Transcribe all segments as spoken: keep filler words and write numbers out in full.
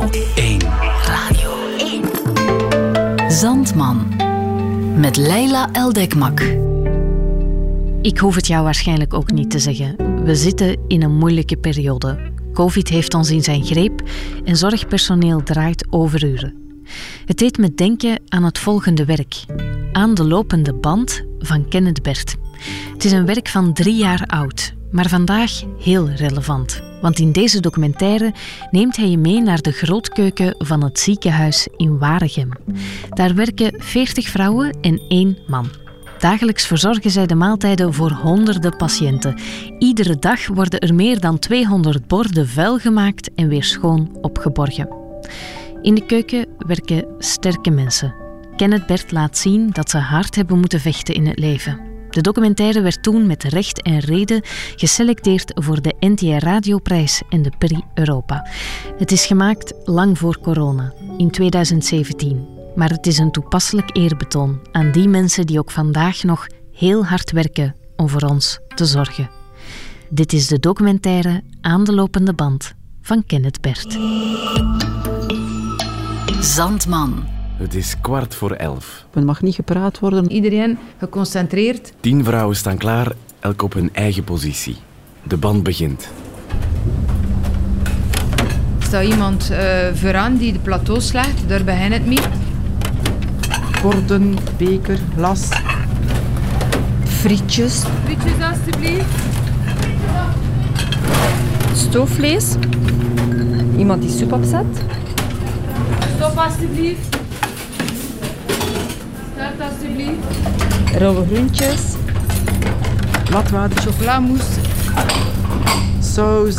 één. Radio één. Zandman. Met Leila Eldekmak. Ik hoef het jou waarschijnlijk ook niet te zeggen. We zitten in een moeilijke periode. Covid heeft ons in zijn greep en zorgpersoneel draait overuren. Het deed me denken aan het volgende werk. Aan de lopende band van Kenneth Bert. Het is een werk van drie jaar oud, maar vandaag heel relevant. Want in deze documentaire neemt hij je mee naar de grootkeuken van het ziekenhuis in Waregem. Daar werken veertig vrouwen en één man. Dagelijks verzorgen zij de maaltijden voor honderden patiënten. Iedere dag worden er meer dan tweehonderd borden vuil gemaakt en weer schoon opgeborgen. In de keuken werken sterke mensen. Kenneth Bert laat zien dat ze hard hebben moeten vechten in het leven. De documentaire werd toen met recht en reden geselecteerd voor de N T R Radioprijs en de Prix Europa. Het is gemaakt lang voor corona, in tweeduizend zeventien. Maar het is een toepasselijk eerbetoon aan die mensen die ook vandaag nog heel hard werken om voor ons te zorgen. Dit is de documentaire Aan de lopende band van Kenneth Bert. Zandman. Het is kwart voor elf. Er mag niet gepraat worden. Iedereen geconcentreerd. Tien vrouwen staan klaar, elk op hun eigen positie. De band begint. Er staat iemand uh, vooraan die de plateaus legt. Daar begint het mee. Borden, beker, glas. Frietjes. Frietjes alstublieft. Stoofvlees. Iemand die soep opzet. Stop alstublieft. Start alstublieft. Rauwe groentjes. Latwater. Chocolamousse. Saus.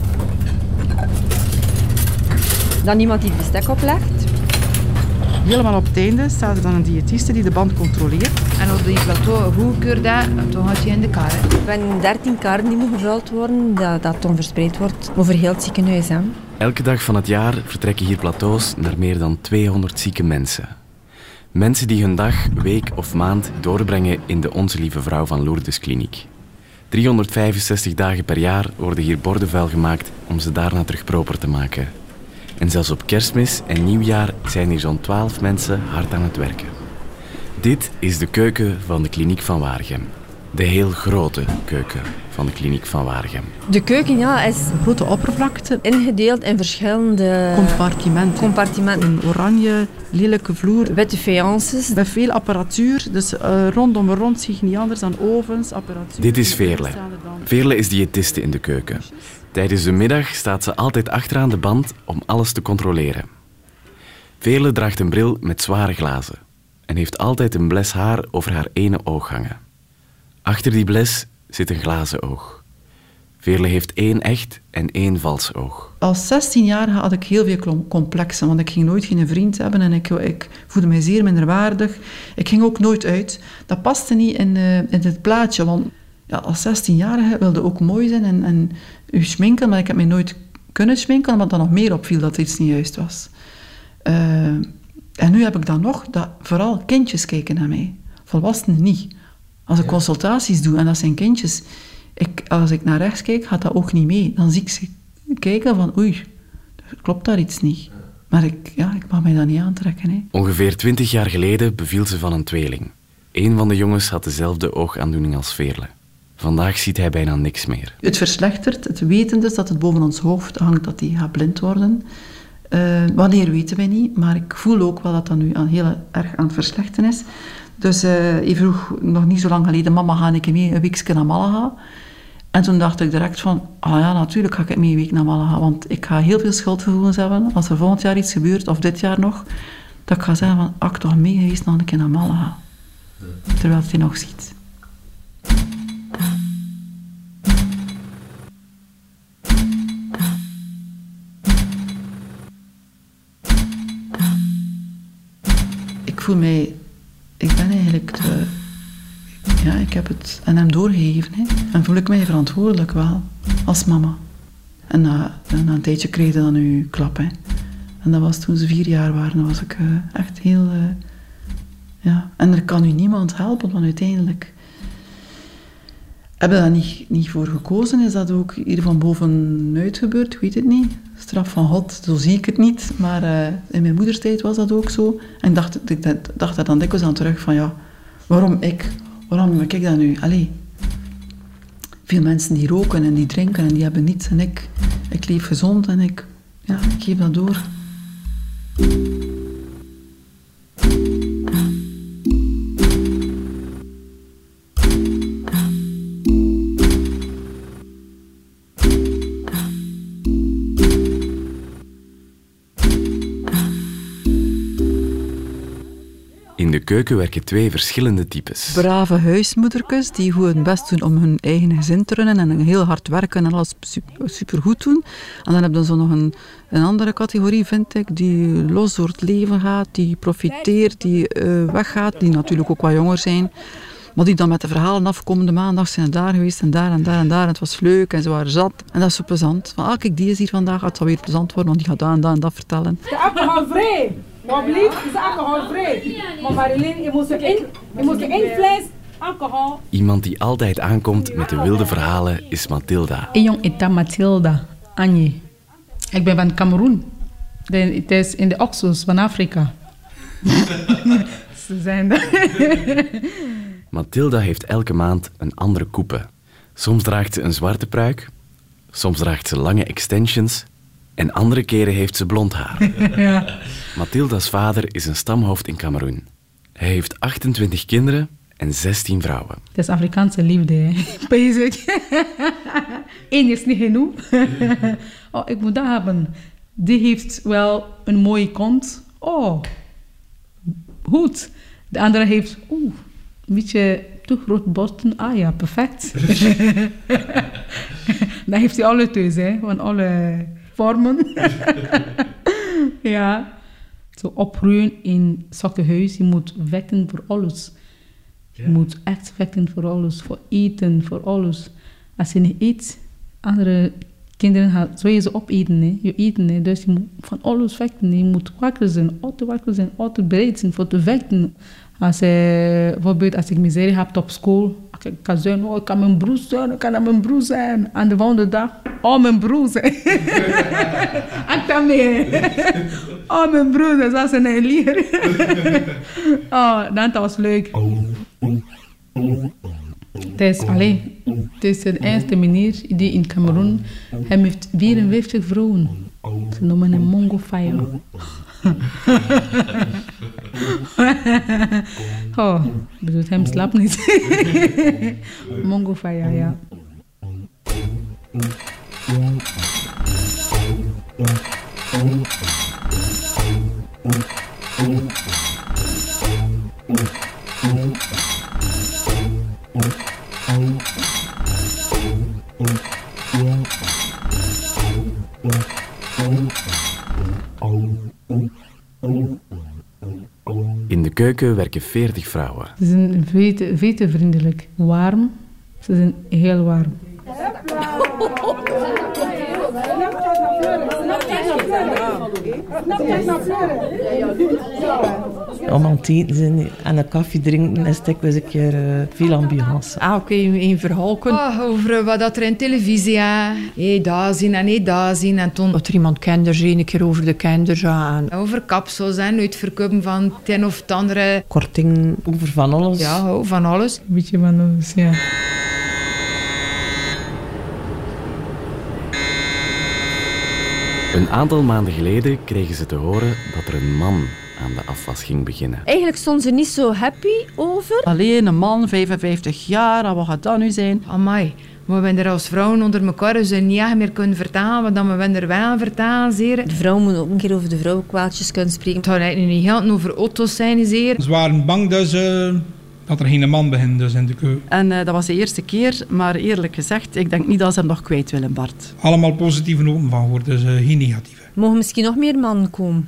Dan iemand die het bestek oplegt. Helemaal op het einde staat er dan een diëtiste die de band controleert. En op die plateau goedkeurt dat, en toen gaat je in de kar. Hè. We hebben dertien kaarten die moeten gevuld worden, dat, dat dan verspreid wordt over heel het ziekenhuis. Hè. Elke dag van het jaar vertrekken hier plateaus naar meer dan tweehonderd zieke mensen. Mensen die hun dag, week of maand doorbrengen in de Onze Lieve Vrouw van Lourdes kliniek. driehonderdvijfenzestig dagen per jaar worden hier borden vuil gemaakt om ze daarna terug proper te maken. En zelfs op Kerstmis en Nieuwjaar zijn hier zo'n twaalf mensen hard aan het werken. Dit is de keuken van de kliniek van Waregem. De heel grote keuken van de kliniek van Waregem. De keuken ja, is Een grote oppervlakte. ingedeeld in verschillende Compartimenten. compartimenten. Een oranje, lelijke vloer. Witte faïences. Met veel apparatuur. Dus uh, rondom en rond zie je niet anders dan ovens, apparatuur. Dit is Veerle. Veerle is diëtiste in de keuken. Tijdens de middag staat ze altijd achteraan de band om alles te controleren. Veerle draagt een bril met zware glazen en heeft altijd een bles haar over haar ene oog hangen. Achter die bles zit een glazen oog. Veerle heeft één echt en één vals oog. Als zestienjarige had ik heel veel complexen, want ik ging nooit geen vriend hebben en ik, ik voelde mij zeer minderwaardig. Ik ging ook nooit uit. Dat paste niet in, uh, in het plaatje, want ja, als zestienjarige wilde ook mooi zijn en, en u schminken, maar ik heb mij nooit kunnen schminken, omdat er nog meer opviel dat iets niet juist was. Uh, en nu heb ik dan nog dat vooral kindjes kijken naar mij, volwassenen niet. Als ik ja. consultaties doe en dat zijn kindjes, ik, als ik naar rechts kijk, gaat dat ook niet mee. Dan zie ik ze kijken van oei, klopt daar iets niet. Maar ik, ja, ik mag mij dat niet aantrekken. Hè. Ongeveer twintig jaar geleden beviel ze van een tweeling. Eén van de jongens had dezelfde oogaandoening als Veerle. Vandaag ziet hij bijna niks meer. Het verslechtert, het weten dus dat het boven ons hoofd hangt, dat hij gaat blind worden. Uh, wanneer weten wij niet, maar ik voel ook wel dat dat nu aan heel erg aan het verslechteren is. Dus uh, hij vroeg nog niet zo lang geleden, mama, ga ik mee een weekje naar Malaga? En toen dacht ik direct van, ah ja, natuurlijk ga ik mee een week naar Malaga, want ik ga heel veel schuldgevoelens hebben als er volgend jaar iets gebeurt, of dit jaar nog, dat ik ga zeggen van, ah, ik toch mee geweest nog een keer naar Malaga. Terwijl hij nog ziet. Ik voel mij... Ik ben eigenlijk... Te, ja, ik heb het aan hem doorgegeven. Hè. En voel ik mij verantwoordelijk wel. Als mama. En na, na een tijdje kreeg je dan uw klap. Hè. En dat was toen ze vier jaar waren. Dan was ik uh, echt heel... Uh, ja. En er kan u niemand helpen, want uiteindelijk... hebben daar niet, niet voor gekozen. Is dat ook hier van bovenuit gebeurd? Ik weet het niet. Straf van God, zo zie ik het niet. Maar uh, in mijn moederstijd was dat ook zo. En ik dacht, ik dacht daar dan dikwijls aan terug van ja, waarom ik? Waarom maak ik dat nu? Allee. Veel mensen die roken en die drinken en die hebben niets. En ik, ik leef gezond en ik, ja, ik geef dat door. In de keuken werken twee verschillende types. Brave huismoedertjes die goed hun best doen om hun eigen gezin te runnen en heel hard werken en alles supergoed doen. En dan heb je zo nog een, een andere categorie, vind ik, die los door het leven gaat, die profiteert, die uh, weggaat, die natuurlijk ook wat jonger zijn. Maar die dan met de verhalen afkomen, de maandag zijn daar geweest en daar en daar en daar. En het was leuk en ze waren zat. En dat is zo plezant. Van, ah, kijk, die is hier vandaag, het zal weer plezant worden, want die gaat daar en daar en dat vertellen. De alcoholvrij. Wat blieft, is alcoholvrij. Maar Marilyn, je moet in, je moet in fles alcohol. Iemand die altijd aankomt met de wilde verhalen is Mathilda. Een jong is Mathilda, Annie. Ik ben van Cameroen. Het is in de oxus van Afrika. Ze zijn daar. Mathilda heeft elke maand een andere coupe. Soms draagt ze een zwarte pruik, soms draagt ze lange extensions en andere keren heeft ze blond haar. Ja. Mathilda's vader is een stamhoofd in Kameroen. Hij heeft achtentwintig kinderen en zestien vrouwen. Het is Afrikaanse liefde, hè. Basic. Eén is niet genoeg. Oh, ik moet dat hebben. Die heeft wel een mooie kont. Oh, goed. De andere heeft oeh, een beetje te groot borsten. Ah ja, perfect. Dan heeft hij alle thuis, hè, van alle vormen. Ja. Zo opgroeien in zakkenhuis. Je moet vechten voor alles. Je moet echt vechten voor alles. Voor eten, voor alles. Als je niet eet, andere kinderen gaan sowieso opeten. Hè. Je eten, hè. Dus je moet van alles vechten. Je moet wakker zijn, altijd wakker zijn, altijd bereid zijn voor te vechten. Als, eh, bijvoorbeeld als ik miserie heb op school, ik kan zeggen, oh, ik kan mijn broer zijn, ik kan naar mijn broer zijn. En de volgende dag, oh, mijn broer zijn. Ik kan mee. Oh, mijn broer, dat is een lier. Oh, dat was leuk. Het is, alleen, het is de eerste meneer die in Cameroen, hij heeft vierenvijftig vrouwen. Ze noemen hem Mongo Fire. Oh, bedoelt hem slaapt niet. Mongo Fire, ja. In de keuken werken veertig vrouwen. Ze zijn veel, veel te vriendelijk. Warm. Ze zijn heel warm. Om aan het eten zijn en een koffie drinken is dikwijls een keer uh, veel ambiance. Ah, oké, okay, een verhaal. Oh, over wat dat er in televisie is. Hé, daar zien en hé, daar zien. En toen... Dat er iemand kinderen zijn, een keer over de kinderen. En... Over kapsels en uitverkopen van het een of het andere. Korting over van alles. Ja, van alles. Een beetje van alles, ja. Een aantal maanden geleden kregen ze te horen dat er een man aan de afwas ging beginnen. Eigenlijk stonden ze niet zo happy over. Alleen een man, vijfenvijftig jaar, wat gaat dat nu zijn? Amai, maar we hebben er als vrouwen onder elkaar dus niet echt meer kunnen vertalen, wat dan we er wel aan vertalen, zeer. De vrouwen moeten ook een keer over de vrouwenkwaaltjes kunnen spreken. Het gaat eigenlijk niet heel over auto's zijn, zeer. Ze waren bang dus, uh, dat er geen man begint dus in de keuken. En uh, dat was de eerste keer, maar eerlijk gezegd, ik denk niet dat ze hem nog kwijt willen, Bart. Allemaal positieve noten van voor, dus uh, geen negatieve. Mogen misschien nog meer mannen komen?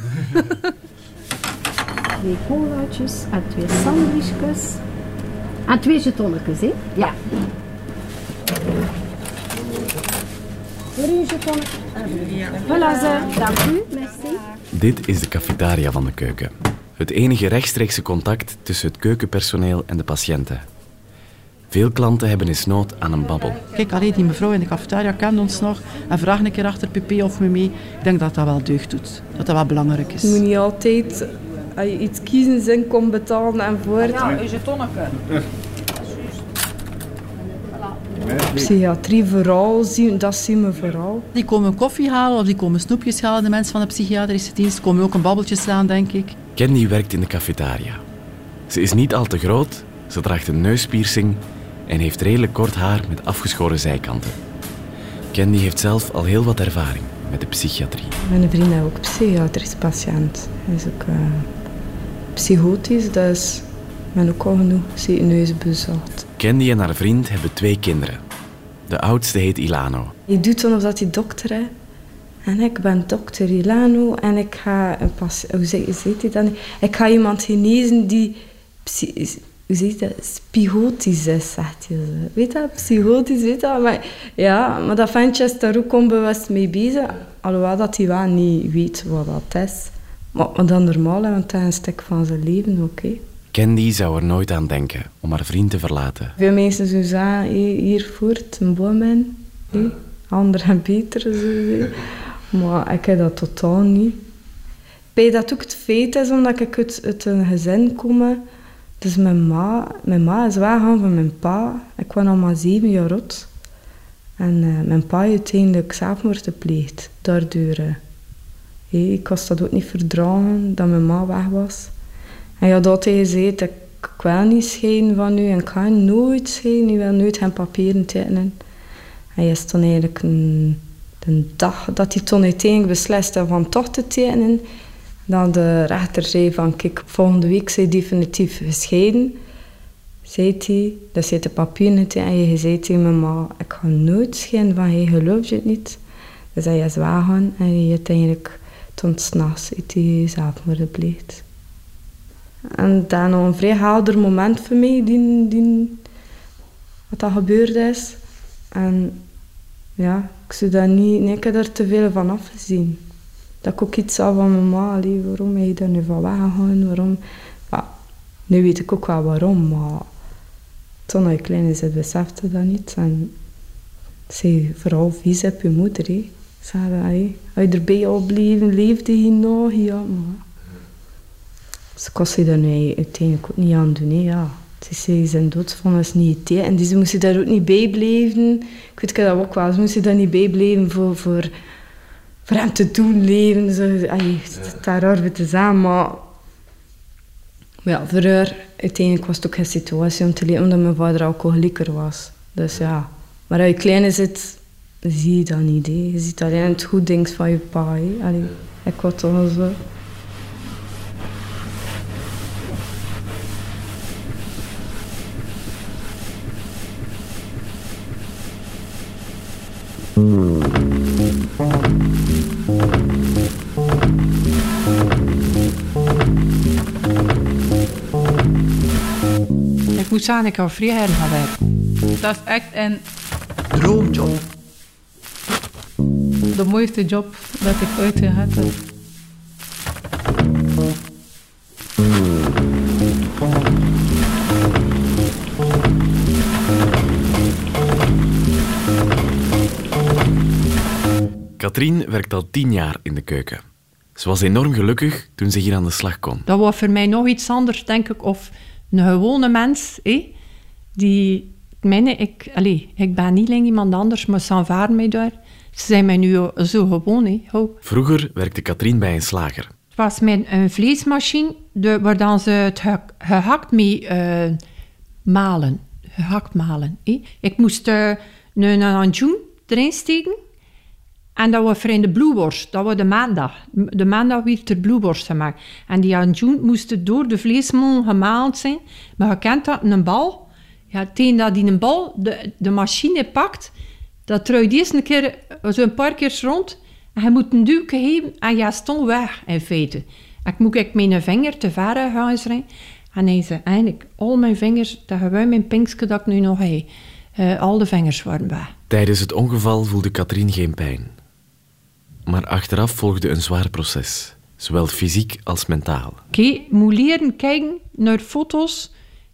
Twee colaatjes en twee sandwichjes. En twee jetonnetjes, hè? Ja. Voor u jetonnet. Voilà, ze. Dank u, merci. Dit is de cafetaria van de keuken. Het enige rechtstreekse contact tussen het keukenpersoneel en de patiënten. Veel klanten hebben eens nood aan een babbel. Kijk, alleen die mevrouw in de cafetaria kent ons nog en vraag een keer achter Pepe of me mee. Ik denk dat dat wel deugd doet, dat dat wel belangrijk is. Je moet niet altijd, als je iets kiezen, zin komt betalen en voort. Ja, is het tonneke. Psychiatrie vooral, zien, dat zien we vooral. Die komen koffie halen of die komen snoepjes halen, de mensen van de psychiatrische dienst. Komen ook een babbeltje slaan, denk ik. Candy werkt in de cafetaria. Ze is niet al te groot, ze draagt een neuspiercing en heeft redelijk kort haar met afgeschoren zijkanten. Candy heeft zelf al heel wat ervaring met de psychiatrie. Mijn vriend is ook psychiatrisch patiënt. Hij is ook uh, psychotisch, dus ik ben ook al genoeg ziekenhuizen bezocht. Candy en haar vriend hebben twee kinderen. De oudste heet Ilano. Je doet dan of dat hij dokter is. En ik ben dokter Ilano en ik ga een pas, hoe zeg je dat? Ik ga iemand genezen die psy, hoe zeg je dat? Psychotisch is, zegt je. Weet dat? Psychotisch, weet dat? Maar, ja, maar dat ventje is daar ook onbewust mee bezig. Alhoewel dat hij wel niet weet wat dat is. Maar, maar dan normaal, want dat is een stuk van zijn leven, oké. Okay. Candy zou er nooit aan denken om haar vriend te verlaten. Veel mensen zouden zeggen, hier voort een boom in. Ander en beter, zo. Maar ik heb dat totaal niet. Bij dat ook het feit is, omdat ik uit, uit een gezin kom. Dus mijn ma, mijn ma is weggegaan van mijn pa. Ik was nog maar zeven jaar oud. En uh, mijn pa heeft uiteindelijk zelfmoord gepleegd. Daardoor. Uh, hey, ik kon dat ook niet verdragen, dat mijn ma weg was. En hij had altijd gezegd, ik, ik wil niet scheiden van u en ik ga nooit scheiden. Ik wil nooit geen papieren tekenen. En hij is toen eigenlijk een, de dag dat hij toen uiteindelijk besliste van toch te tekenen, dat de rechter zei van, kijk, volgende week zijn definitief gescheiden. Zei hij, dus je hebt de papieren getekend en je zei tegen mijn ma, ik ga nooit scheiden van, hij gelooft je het niet. Dus hij is weggegaan en hij heeft eigenlijk toen 's nachts zelfmoord gepleegd. En dat is nog een vrij helder moment voor mij, die, die, wat dat gebeurd is. En ja, ik zou daar niet, nee, ik heb er te veel van afgezien. Dat ik ook iets had van mijn ma, allee, waarom ben je daar nu van weggegaan, waarom... Ja, nu weet ik ook wel waarom, maar toen ik klein is, het besefte dat niet. En zei vooral vies op je moeder, hè. Zei dat, hey, als je erbij al bleef, leefde je nog, ja, maar... Ze kon zich daar nu uiteindelijk ook niet aan doen, hè, ja. Ze zei, zijn doodsvonnis niet te en ze moesten daar ook niet bij blijven. Ik weet dat ook wel, ze moesten daar niet bij blijven voor, voor, voor hem te doen leven. Zo, ay, het is daar raar te zijn, maar... Ja, voor haar, uiteindelijk was het ook geen situatie om te leven, omdat mijn vader alcoholieker was. Dus ja, maar als je klein zit, zie je dat niet, hè. Je ziet alleen het goed ding van je pa, hè. Allee, ik was toch wel zo... Ik moet zeggen, ik heb vrij hard gaan werken. Dat is echt een droomjob. De mooiste job dat ik ooit gehad heb. Katrien werkt al tien jaar in de keuken. Ze was enorm gelukkig toen ze hier aan de slag kon. Dat was voor mij nog iets anders, denk ik, of een gewone mens, hé, die... Ik meen, ik, allez, ik ben niet lang iemand anders, maar ze aanvaarden mij daar. Ze zijn mij nu zo gewoon, hé. Oh. Vroeger werkte Katrien bij een slager. Het was met een vleesmachine, de, waar dan ze het ge, gehakt mee uh, malen. Gehakt malen, hé. Ik moest uh, een, een anjoen erin steken. En dat was voor in de bloeworst. Dat was de maandag. De maandag werd er bloeworst gemaakt. En die anjoen moesten door de vleesmolen gemaald zijn. Maar je kent dat, een bal. Ja, tegen dat die een bal de, de machine pakt, dat draait eerst een keer, zo een paar keer rond. En je moet een duwke geven en je stond weg, in feite. Ik moet ik mijn vinger te ver gaan zijn. En hij zei, eigenlijk, al mijn vingers, dat gewoon mijn pinkske dat ik nu nog heb. Uh, al de vingers waren weg. Tijdens het ongeval voelde Katrien geen pijn. Maar achteraf volgde een zwaar proces. Zowel fysiek als mentaal. Oké, okay, moet leren kijken naar foto's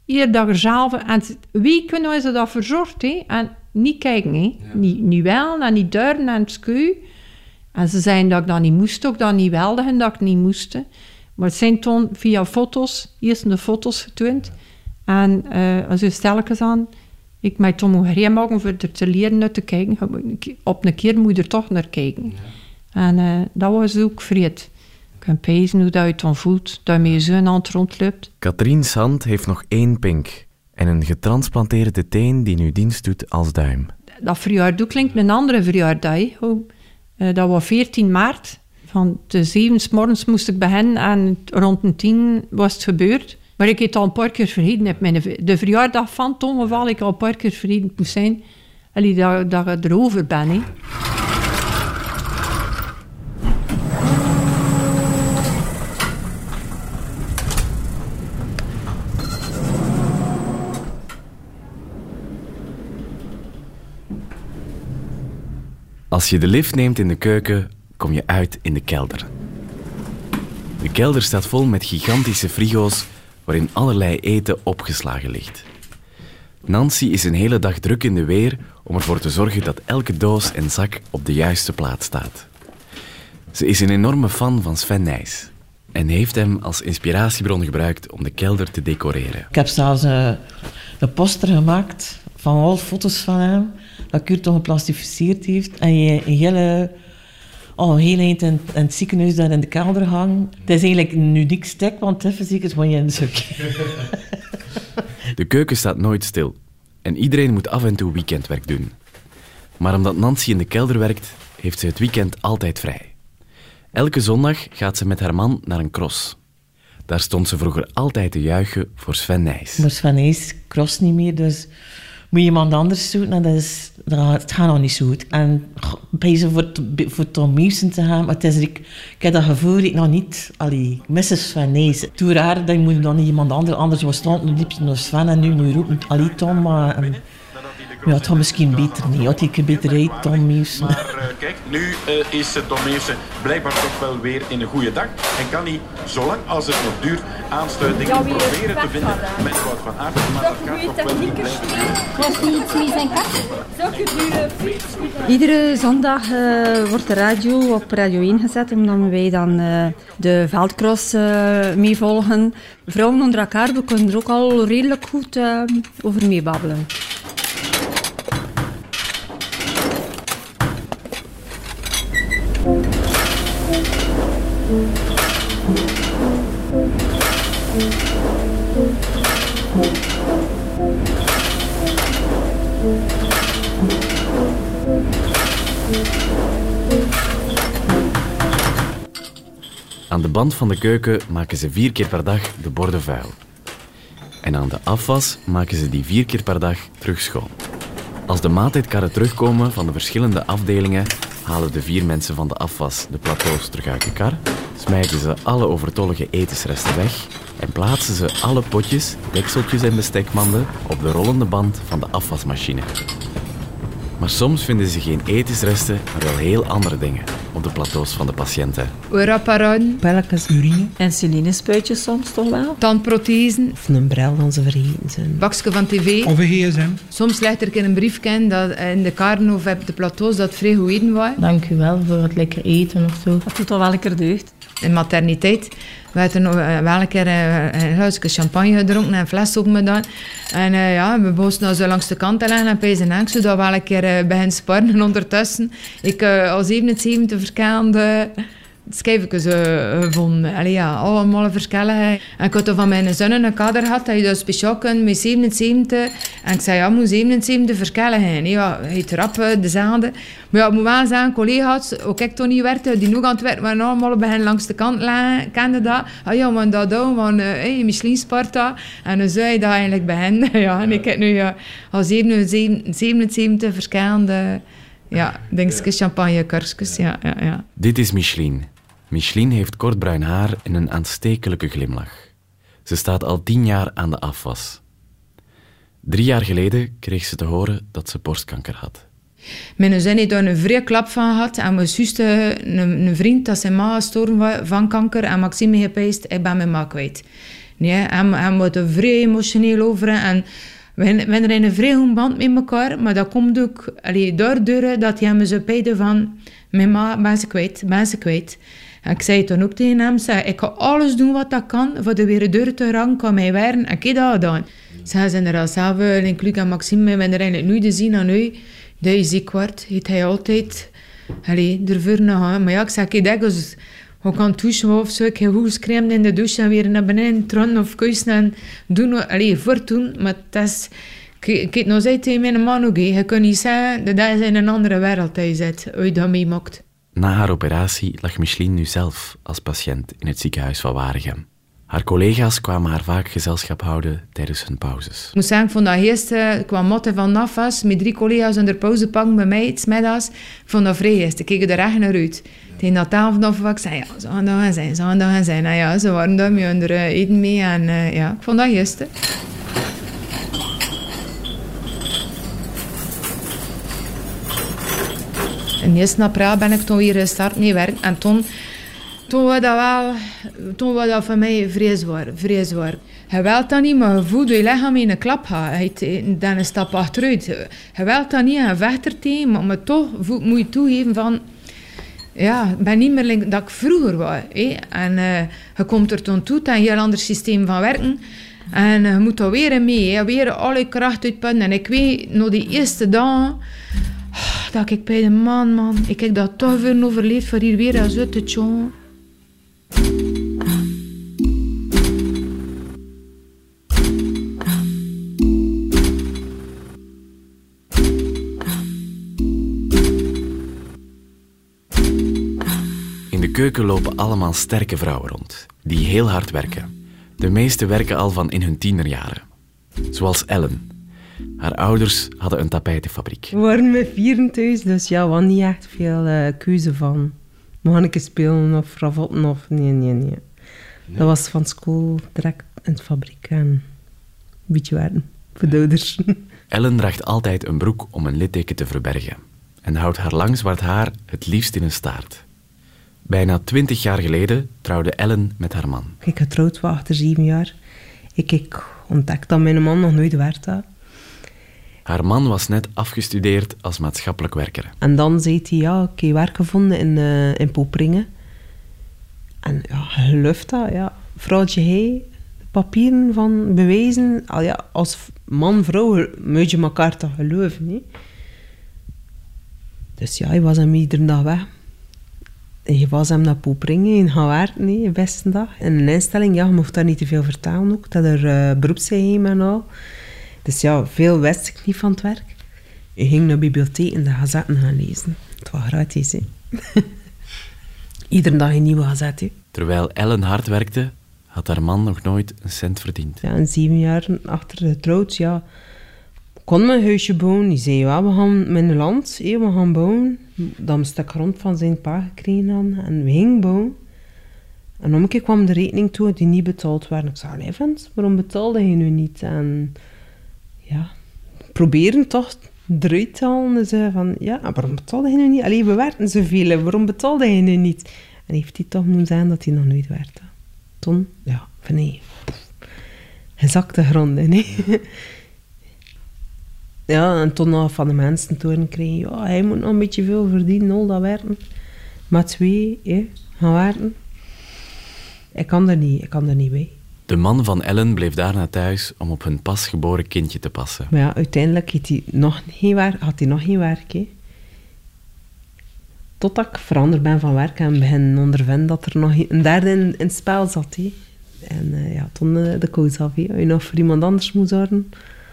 Iedere dag er zelf. En wie kunnen ze dat verzorgd, hè? En niet kijken, hè? Ja. Niet, niet wel, en niet duren, en het skeu. En ze zeiden dat ik dat niet moest, ook dat niet wilde en dat ik niet moest. Maar het zijn toen via foto's, eerst de foto's getoond. En uh, als je stelkens aan, ik mij toen moet gereden maken voor er te leren uit te kijken. Op een keer moet je er toch naar kijken. Ja. En uh, dat was ook vreed. Ik kan pezen hoe dat je het dan voelt, dat je met je zo'n hand rondloopt. Katrien's hand heeft nog één pink en een getransplanteerde teen die nu dienst doet als duim. Dat verjaardag klinkt een andere verjaardag. Oh, uh, dat was veertien maart. Van de zeven 's morgens moest ik beginnen en rond de tien was het gebeurd. Maar ik heb het al een paar keer vergeten. Heb mijn, de verjaardag van Tom geval ik al een paar keer vergeten moest zijn. Allee, dat, dat ik erover ben. He. Als je de lift neemt in de keuken, kom je uit in de kelder. De kelder staat vol met gigantische frigo's waarin allerlei eten opgeslagen ligt. Nancy is een hele dag druk in de weer om ervoor te zorgen dat elke doos en zak op de juiste plaats staat. Ze is een enorme fan van Sven Nys en heeft hem als inspiratiebron gebruikt om de kelder te decoreren. Ik heb zelfs uh, een poster gemaakt van al foto's van hem, dat Kurt toch geplastificeerd heeft. En je een hele... al een heel eind in, in het ziekenhuis daar in de kelder hangen. Het is eigenlijk een uniek stek, want even zeker van je in zoek. De keuken staat nooit stil. En iedereen moet af en toe weekendwerk doen. Maar omdat Nancy in de kelder werkt, heeft ze het weekend altijd vrij. Elke zondag gaat ze met haar man naar een cross. Daar stond ze vroeger altijd te juichen voor Sven Nys. Maar Sven Nys cross niet meer, dus... moet je iemand anders zoeken en dat is, dat, het gaat nog niet zo goed. En bij ze voor, voor Tom Mewsen te gaan, maar het is, ik, ik heb dat gevoel dat ik nog niet... Allee, missus Sven Nys. Het is raar dat je moet dan niet iemand anders... Anders was het nu liep je naar Sven en nu moet je roepen... Allee, Tom, maar... En, ja, het gaat misschien beter niet. Had ik beter heet, Tom Mewsen. Maar uh, kijk, nu uh, is Tom Mewsen blijkbaar toch wel weer in een goede dag. En kan hij, zolang als het nog duurt, aansluiting ja, proberen te vinden met Wout van Aert. Maar dat gaat toch wel niet blijven. Was niet iets mee zijn kast? Iedere zondag uh, wordt de radio op Radio één gezet, omdat wij dan uh, de veldcross uh, meevolgen. Vrouwen onder elkaar, we kunnen er ook al redelijk goed uh, over meebabbelen. Aan de band van de keuken maken ze vier keer per dag de borden vuil. En aan de afwas maken ze die vier keer per dag terug schoon. Als de maaltijdkarren terugkomen van de verschillende afdelingen, halen de vier mensen van de afwas de plateaus terug uit de kar, smijten ze alle overtollige etensresten weg en plaatsen ze alle potjes, dekseltjes en bestekmanden op de rollende band van de afwasmachine. Maar soms vinden ze geen etensresten, maar wel heel andere dingen op de plateaus van de patiënten. Oorapparat, belletjes, urine. Insulinespuitjes soms toch wel? Tandprothesen. Of een bril dan ze vergeten zijn. Bakje van tv. Of een gsm. Soms ligt er in een briefje dat in de karen of op de plateaus dat het vrij goed eten was. Dank u wel voor het lekker eten of zo. Dat doet toch wel lekker deugd. In materniteit werd er nog wel een keer een glaasje champagne gedronken en een fles open gedaan. En uh, ja, we moesten nou zo langs de kant leggen en pijzen en zodat we wel een keer uh, beginnen sparren ondertussen. Ik uh, als zevenenzeventig verkaalde schijfjes uh, gevonden. Allee, ja, allemaal verschillen. En ik had van mijn zoon een kader gehad dat je dat speciaal kunt met zevenenzeventig. En ik zei, ja, moet zevenenzeventig verschillen zijn. Nee, ja, hij trap uh, dezelfde. Maar ja, ik moet wel zeggen, collega's, ook ik toen niet werkte, die nog aan het werk waren allemaal beginnen langs de kant liggen, kende dat. Ah ja, maar dat doen, want uh, hey, Michelin Sparta. En dan zou je dat eigenlijk beginnen. Ja, en ik heb nu ja, al zevenenzeventig verschillende ja, dingetjes, champagne, kurkjes. Ja, ja, ja. Dit is Micheline. Micheline heeft kort bruin haar en een aanstekelijke glimlach. Ze staat al tien jaar aan de afwas. Drie jaar geleden kreeg ze te horen dat ze borstkanker had. Mijn zin heeft daar een vrije klap van gehad. En mijn zus, een, een vriend, dat zijn ma gestorven van kanker. En Maxime gepijst, ik ben mijn ma kwijt. Nee, hij, hij moet er vrij emotioneel over. En we hebben een vrij goede band met elkaar. Maar dat komt ook allee, daardoor dat hij me zo pijde van... Mijn ma, ben ze kwijt, ben ze kwijt. En ik zei toen ook tegen hem, zeg, ik ga alles doen wat ik kan voor de weer deur te rangen, kan mij werken. En ik heb dat gedaan. Zij zijn er al zelf, Luc en Maxime, we hebben er eigenlijk nu te zien aan u. Dat je ziek wordt, heeft hij altijd allee, ervoor gaan. Maar ja, ik zeg, ik denk, als je kan douchen of zo, ik heb goed gescreamd in de douche en weer naar beneden tronnen of kuisen en doen, allee, voortdoen. Maar het is... Ik heb nog steeds tegen mijn man ook, je kunt niet zeggen dat hij in een andere wereld dat je zit, hoe je dat meemaakt. Na haar operatie lag Micheline nu zelf als patiënt in het ziekenhuis van Waregem. Haar collega's kwamen haar vaak gezelschap houden tijdens hun pauzes. Ik moet zeggen, ik vond dat gisteren, ik kwam motten van N A F A S, met drie collega's in de pauze pakken bij mij, iets middags. Ik vond dat vrij gisteren, ik keek er echt naar uit. Tegen dat avond of ik zei, ja, zo gaan dat gaan zijn, zo gaan dat gaan zijn. Nou ja, ze waren daar met hun eten mee en uh, ja, ik vond dat gisteren. En eerste april ben ik toen weer gestart met werk. En toen, toen was dat wel, toen was dat voor mij vrij zwaar, vrij zwaar. Je wilt dat niet, maar je voelt je lichaam in een klap gaan. Je dan een stap achteruit. Je wilt dat niet en je vecht er tegen, maar, maar toch moet je toegeven van... Ja, ik ben niet meer like dat ik vroeger was. Hé. En uh, je komt er toen toe, dat een heel ander systeem van werken. En uh, je moet er weer mee, hè. Weer alle kracht uitputten. En ik weet, nog die eerste dagen... Dat ik bij de man, man, ik heb dat toch weer overleefd voor hier weer als uit te tjongen. In de keuken lopen allemaal sterke vrouwen rond, die heel hard werken. De meeste werken al van in hun tienerjaren. Zoals Ellen. Haar ouders hadden een tapijtenfabriek. We waren met vieren thuis, dus ja, we hadden niet echt veel uh, keuze van... Mag ik spelen of ravotten of... Nee, nee, nee, nee. Dat was van school direct in de fabriek en een beetje werken voor de ouders. Ellen draagt altijd een broek om een litteken te verbergen en houdt haar lang zwart haar het liefst in een staart. Bijna twintig jaar geleden trouwde Ellen met haar man. Ik getrouwd was achter zeven jaar. Ik, ik ontdekte dat mijn man nog nooit werkt had. Haar man was net afgestudeerd als maatschappelijk werker. En dan zei hij, ja, ik heb werk gevonden in, uh, in Poperingen. En ja, je lucht dat, ja. Vrouwtje, hij, papieren van bewijzen. Al ja, als man, vrouw, moet je elkaar toch geloven, nee? Dus ja, hij was hem iedere dag weg. En je was hem naar Poperingen en gaan werken, nee, de beste dag. En een instelling, ja, je mocht daar niet te veel vertellen ook. Dat er uh, beroepsgeheim en al. Dus ja, veel wist ik niet van het werk. Ik ging naar de bibliotheek en de gazetten gaan lezen. Het was gratis, hè. Iedere dag een nieuwe gazette. Hè. Terwijl Ellen hard werkte, had haar man nog nooit een cent verdiend. Ja, en zeven jaar achter de trouwt, ja, kon mijn huisje bouwen. Die zei, ja, we gaan met een land, hè, we gaan bouwen. Dan een stuk grond van zijn pa gekregen hadden en we gingen bouwen. En om een keer kwam de rekening toe die niet betaald werd. Ik zei, nee, vent, waarom betaalde je nu niet? En ja, proberen toch eruit te halen. En zei van, ja, waarom betaalde je nu niet? Allee, we werken zoveel, waarom betaalde je nu niet? En heeft hij toch moeten zeggen dat hij nog nooit werkte. Toen, ja, van nee, hij zakte de grond in, hè. Ja, en toen nog van de mensen te horen kreeg, ja, hij moet nog een beetje veel verdienen, al dat werken. Maar twee, hè, gaan werken. Ik kan er niet, ik kan er niet bij. De man van Ellen bleef daarna thuis om op hun pasgeboren kindje te passen. Maar ja, uiteindelijk had hij nog geen werk. Had hij nog geen werk hè. Totdat ik veranderd ben van werk en begin ondervinden dat er nog een derde in, in het spel zat. Hè. En uh, ja, toen uh, de koos af. Hè. Als je nog voor iemand anders moet zorgen,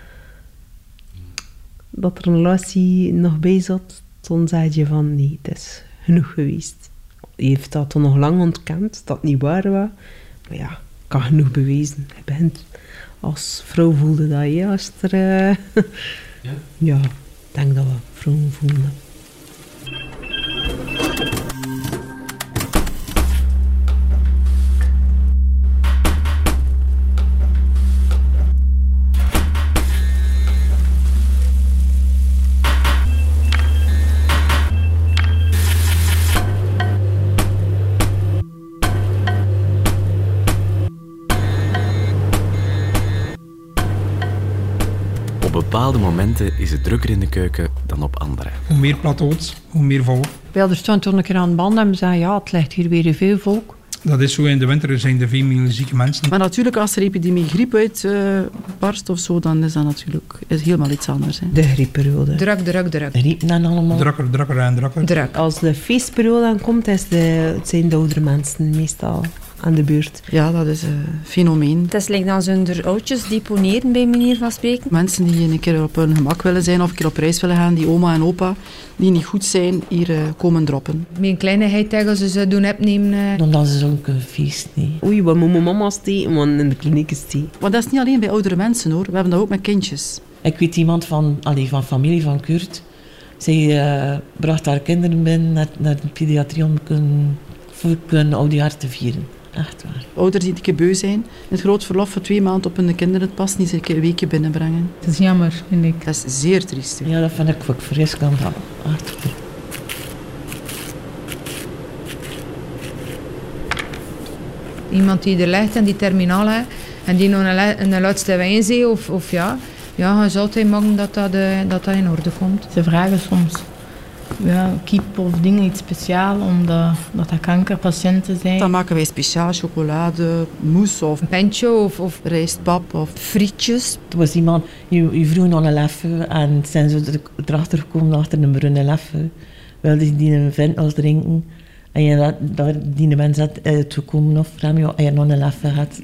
dat er een relatie nog bij zat, toen zei je van nee, het is genoeg geweest. Je heeft dat toen nog lang ontkend, dat het niet waar was. Maar ja, ik kan genoeg bewijzen. Je bent als vrouw voelde dat je als er... Uh, ja? Ja, ik denk dat we vrouwen voelden. bepaalde momenten is het drukker in de keuken dan op andere. Hoe meer plateaus, hoe meer volk. Wel, er stond toen een keer aan de band en we zeiden, ja, het ligt hier weer veel volk. Dat is zo, in de winter zijn er veel meer zieke mensen. Maar natuurlijk, als er epidemie griep uitbarst uh, of zo, dan is dat natuurlijk is helemaal iets anders. Hè. De griepperiode. Druk, druk, druk. Griep dan allemaal. Drukker, drukker en drukker. Druk. Als de feestperiode aankomt, is de, het zijn de oudere mensen meestal aan de beurt. Ja, dat is een fenomeen. Het is like dan zo'n oudjes deponeren, bij manier van spreken. Mensen die een keer op hun gemak willen zijn of een keer op reis willen gaan, die oma en opa, die niet goed zijn, hier uh, komen droppen. Mijn kleinigheid tegen ze ze doen opnemen. Uh. Dan dat is ook een feest, nee. Oei, wat moet mijn mama steken, want in de kliniek is die. Maar dat is niet alleen bij oudere mensen, hoor. We hebben dat ook met kindjes. Ik weet iemand van, allee, van familie van Kurt. Zij uh, bracht haar kinderen binnen naar, naar de pediatrie om kunnen, voor hun oudejaar te vieren. Echt waar. Ouders die een keer beu zijn, in het groot verlof voor twee maanden op hun kinderen het past, niet eens een weekje binnenbrengen. Het is jammer, vind ik. Dat is zeer triest. Ja, dat vind ik ook vreselijk. Echt. Iemand die er ligt en die terminaal heeft en die nog een, een laatste wijn zegt, of, of ja, ja, je zou altijd maken dat dat, uh, dat dat in orde komt. Ze vragen soms ja, kip of dingen, iets speciaal, omdat dat, dat kankerpatiënten zijn. Dan maken wij speciaal chocolade, mousse of een pentje of, of rijstpap of frietjes. Er was iemand, je, je vroeg nog een leffe en zijn ze erachter gekomen achter een bruine leffe. Wilde die een vent als drinken. En je dat, dat die de mens had uh, toekomen of vraag je, je nog een leffe had.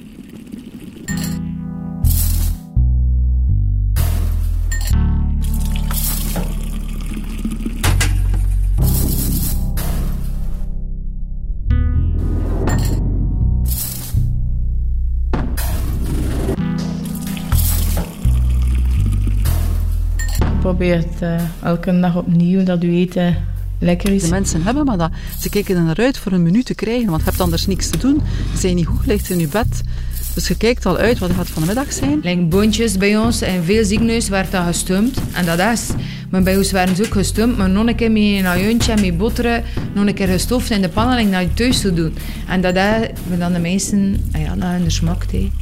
Probeert uh, elke dag opnieuw dat uw eten lekker is. De mensen hebben maar dat. Ze kijken er naar uit voor een menu te krijgen, want je hebt anders niks te doen. Ze zijn niet goed, ligt in je bed. Dus je kijkt al uit wat het gaat van de middag zijn. Like boontjes bij ons, in veel ziekenhuizen werd dat gestumpt. En dat is. Maar bij ons werden ze ook gestumpt, maar nog een keer met een ajuintje en met botteren, nog een keer gestoofd in de pan en naar je thuis te doen. En dat is, maar dan de mensen, ja, dat in de smaak. He.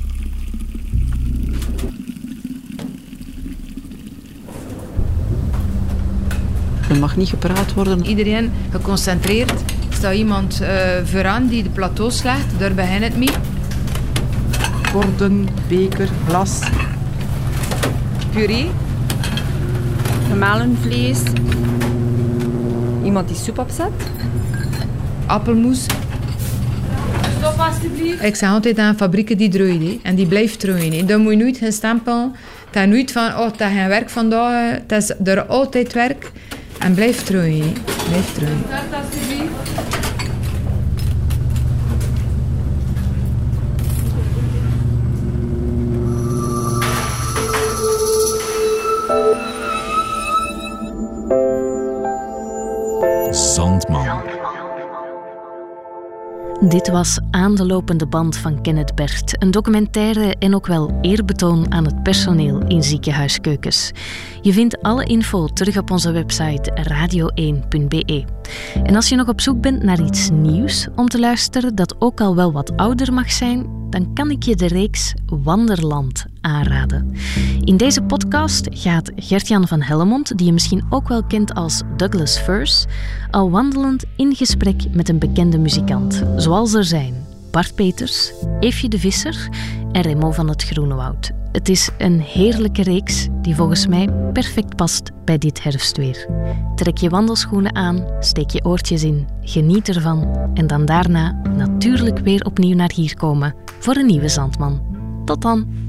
Er mag niet gepraat worden. Iedereen geconcentreerd. Er staat iemand uh, vooraan die de plateau slaagt, daar begint het mee. Borden, beker, glas. Puree. Gemalen vlees. Iemand die soep opzet. Appelmoes. Stop alsjeblieft. Ik zeg altijd aan fabrieken die draaien. En die blijft draaien. Dan moet je nooit gaan stempelen. Het is nooit van, oh, het is geen werk vandaag. Het is er altijd werk. En blijf draaien. Blijf draaien. Zandman. Dit was Aan de lopende band van Kenneth Bert. Een documentaire en ook wel eerbetoon aan het personeel in ziekenhuiskeukens. Je vindt alle info terug op onze website radio één punt b e. En als je nog op zoek bent naar iets nieuws om te luisteren dat ook al wel wat ouder mag zijn, dan kan ik je de reeks Wanderland aanraden. In deze podcast gaat Gert-Jan van Hellemond, die je misschien ook wel kent als Douglas Furs, al wandelend in gesprek met een bekende muzikant, zoals er zijn Bart Peters, Eefje de Visser en Remo van het Groenewoud. Het is een heerlijke reeks die volgens mij perfect past bij dit herfstweer. Trek je wandelschoenen aan, steek je oortjes in, geniet ervan en dan daarna natuurlijk weer opnieuw naar hier komen voor een nieuwe Zandman. Tot dan!